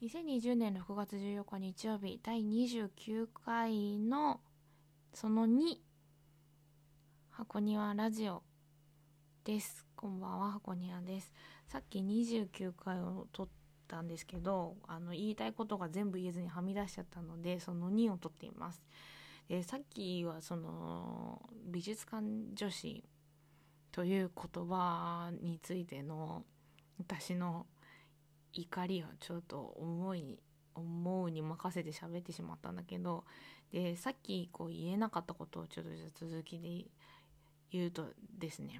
2020年6月14日日曜日第29回のその2、箱庭ラジオです。こんばんは、箱庭です。さっき29回を撮ったんですけど、言いたいことが全部言えずにはみ出しちゃったので、その2を撮っています。さっきはその美術館女子という言葉についての私の怒りをちょっと思うに任せて喋ってしまったんだけど、でさっき言えなかったことをちょっと続きで言うとですね、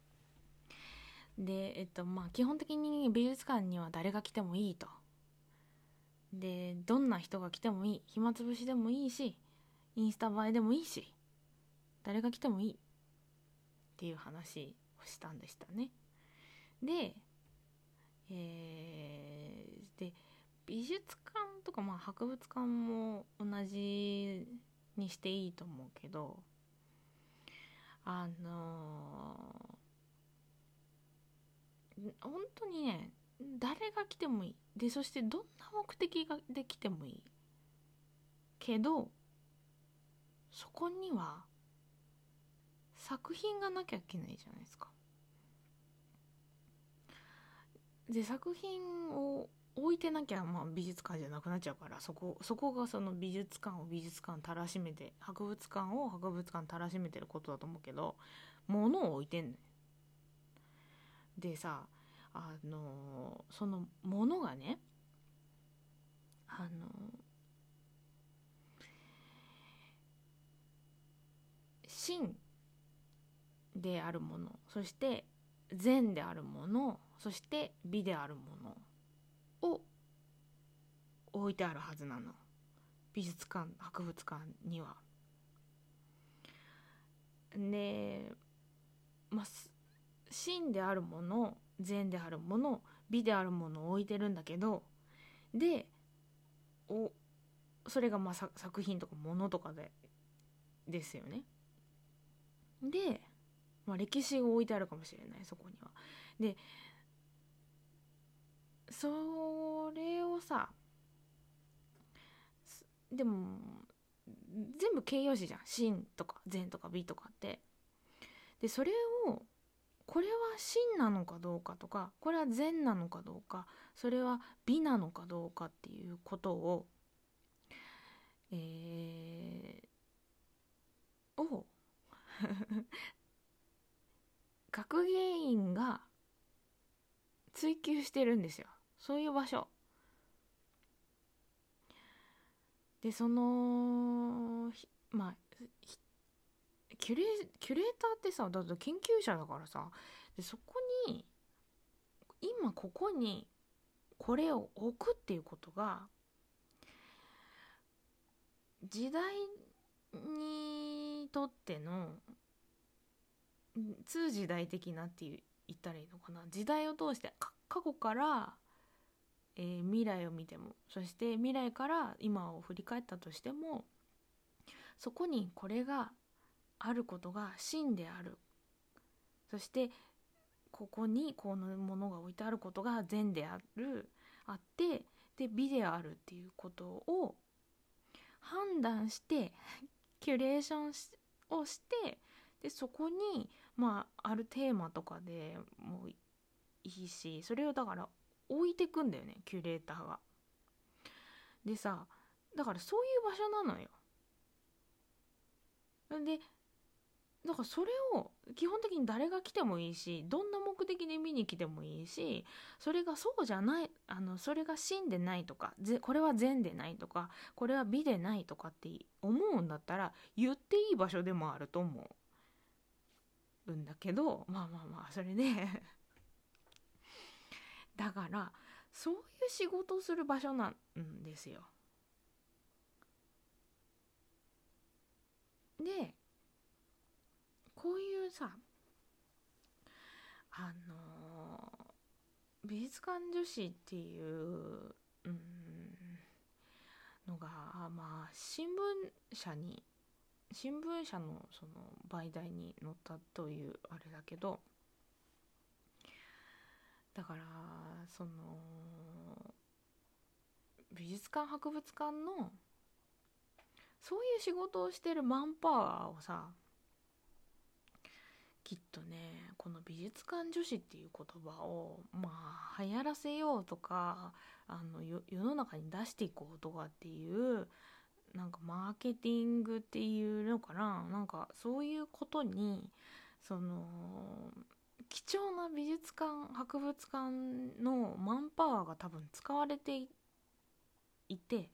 で基本的に美術館には誰が来てもいいと。でどんな人が来てもいい、暇つぶしでもいいし、インスタ映えでもいいし、誰が来てもいいっていう話をしたんでしたね。で、で美術館とか博物館も同じにしていいと思うけど、本当にね、誰が来てもいい。で、そしてどんな目的で来てもいい。けど、そこには作品がなきゃいけないじゃないですか。で、作品を置いてなきゃ美術館じゃなくなっちゃうから、そこがその美術館を美術館たらしめて、博物館を博物館たらしめてることだと思うけど、物を置いてんのよ。でさ、その物がね、真であるもの、そして善であるもの、そして美であるものを置いてあるはずなの、美術館博物館には。で真であるもの、善であるもの、美であるものを置いてるんだけど、でそれが作品とかものとかですよね。で、歴史が置いてあるかもしれない、そこには。でそれをさ、でも全部形容詞じゃん、真とか善とか美とかって。でそれを、これは真なのかどうかとか、これは善なのかどうか、それは美なのかどうかっていうことを、を学芸員が追求してるんですよ、そういう場所で。そのキュレーターってさ、だって研究者だからさ、でそこに今ここにこれを置くっていうことが、時代にとっての通時代的なって言ったらいいのかな、時代を通して過去から、未来を見ても、そして未来から今を振り返ったとしても、そこにこれがあることが真である、そしてここにこのものが置いてあることが善であって、で美であるっていうことを判断してキュレーションをして、でそこにあるテーマとかでもいいし、それをだから置いてくんだよね、キュレーターが。でさ、だからそういう場所なのよ。でだからそれを基本的に誰が来てもいいし、どんな目的で見に来てもいいし、それがそうじゃない、それが真でないとか、これは善でないとか、これは美でないとかって思うんだったら言っていい場所でもあると思うんだけど、それでだからそういう仕事をする場所なんですよ。でこういうさ、美術館女子っていう、のが、新聞社のその媒体に載ったというあれだけど、だからその術館博物館のそういう仕事をしてるマンパワーをさ、きっとねこの美術館女子っていう言葉を流行らせようとか世の中に出していこうとかっていうなんかマーケティングっていうのかな、なんかそういうことにその貴重な美術館博物館のマンパワーが多分使われていて、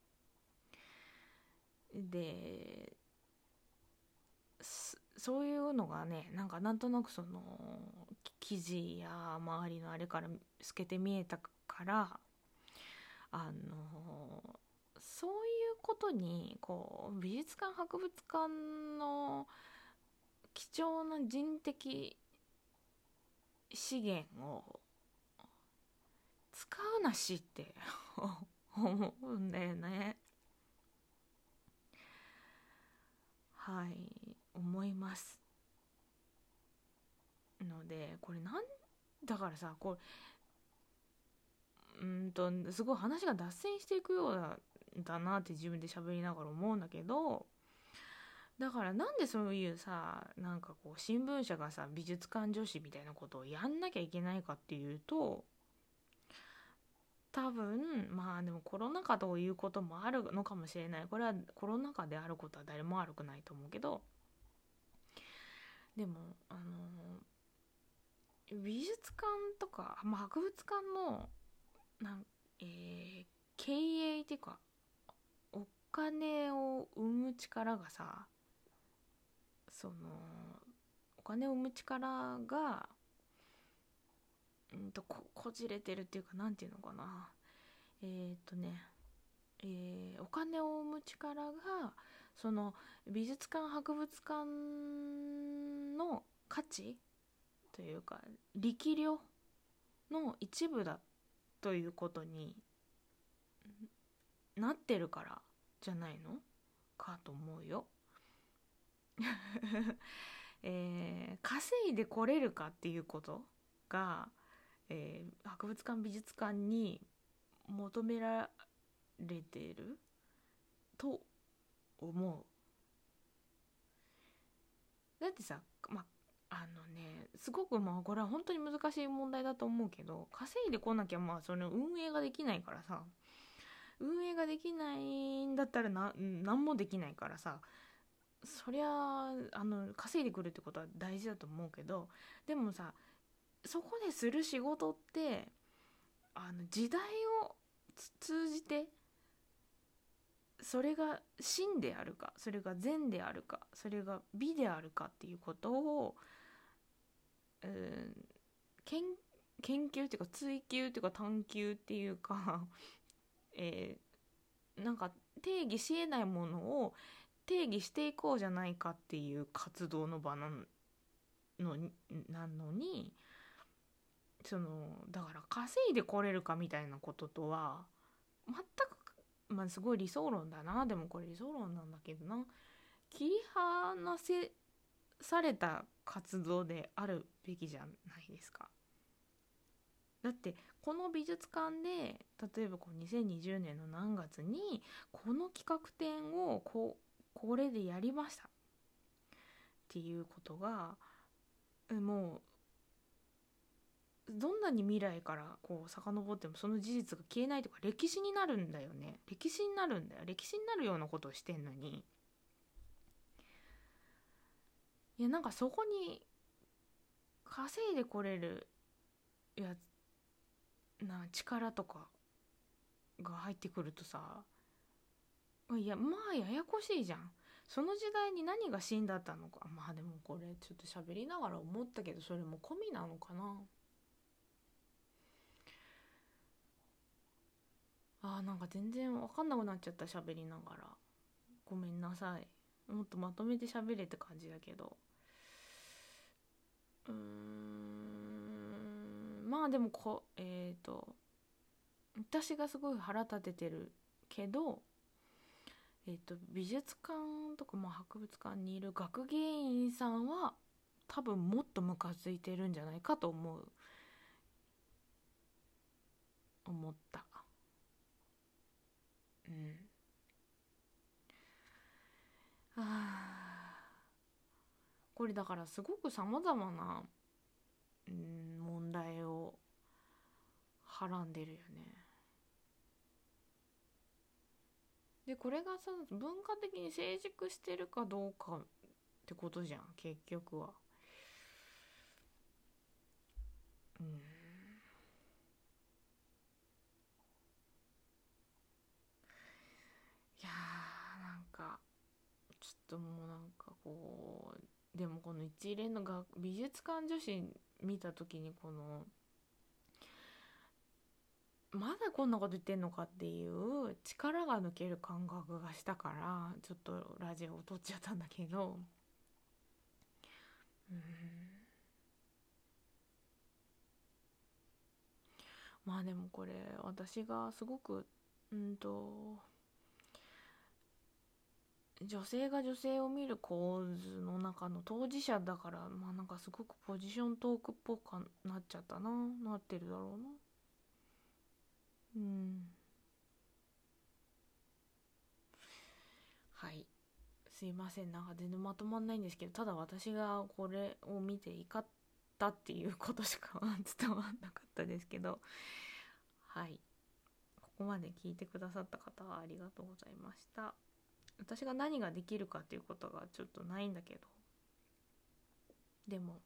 でそういうのがねなんとなくその記事や周りのあれから透けて見えたからそういうことにこう美術館博物館の貴重な人的資源を使うなしって思うんだよね。はい思いますので、これだからさすごい話が脱線していくようだなって自分で喋りながら思うんだけど、だからなんでそういうさなんかこう新聞社がさ美術館女子みたいなことをやんなきゃいけないかっていうと、多分でもコロナ禍ということもあるのかもしれない。これはコロナ禍であることは誰も悪くないと思うけど、でも美術館とか、博物館の経営っていうかお金を生む力がさ、そのお金を生む力がこじれてるっていうか、なんていうのかな、お金を生む力がその美術館博物館の価値というか力量の一部だということになってるからじゃないのかと思うよ。稼いでこれるかっていうことが、博物館美術館に求められていると思う。だってさ、すごくこれは本当に難しい問題だと思うけど、稼いでこなきゃその運営ができないからさ、運営ができないんだったら何もできないからさ、そりゃ稼いでくるってことは大事だと思うけど、でもさそこでする仕事って時代を通じてそれが真であるかそれが善であるかそれが美であるかっていうことを、研究っていうか追求っていうか探求っていうかなんか定義しえないものを定義していこうじゃないかっていう活動の場なのに、だから稼いでこれるかみたいなこととは全く、すごい理想論だな、でもこれ理想論なんだけどな、切り離された活動であるべきじゃないですか。だってこの美術館で例えば2020年の何月にこの企画展をこれでやりましたっていうことがもうどんなに未来から遡ってもその事実が消えないとか歴史になるんだよね。歴史になるようなことをしてんのに、いやそこに稼いでこれる力とかが入ってくるとさ、いやややこしいじゃん。その時代に何が真だったのか、でもこれちょっと喋りながら思ったけど、それも込みなのかな。全然分かんなくなっちゃった、喋りながら。ごめんなさい。もっとまとめて喋れって感じだけど、でも私がすごい腹立ててるけど、美術館とか博物館にいる学芸員さんは多分もっとムカついてるんじゃないかと思った。 これだからすごくさまざまな、問題をはらんでるよね。でこれがさ文化的に成熟してるかどうかってことじゃん結局は。いやーなんかちょっともうなんかこうでもこの一連の美術館女子見た時にこのまだこんなこと言ってんのかっていう力が抜ける感覚がしたからちょっとラジオを撮っちゃったんだけど、まあでもこれ私がすごく女性が女性を見る構図の中の当事者だからまあなんかすごくポジショントークっぽくなっちゃったなってるだろうな。はい、すいませんなんか全然まとまんないんですけど、ただ私がこれを見て怒ったっていうことしか伝わんなかったですけど、はい、ここまで聞いてくださった方はありがとうございました。私が何ができるかっていうことがちょっとないんだけど、でも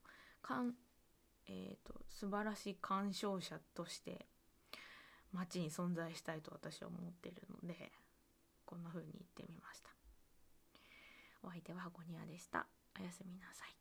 素晴らしい鑑賞者として街に存在したいと私は思っているのでこんな風に言ってみました。お相手はゴニアでした。おやすみなさい。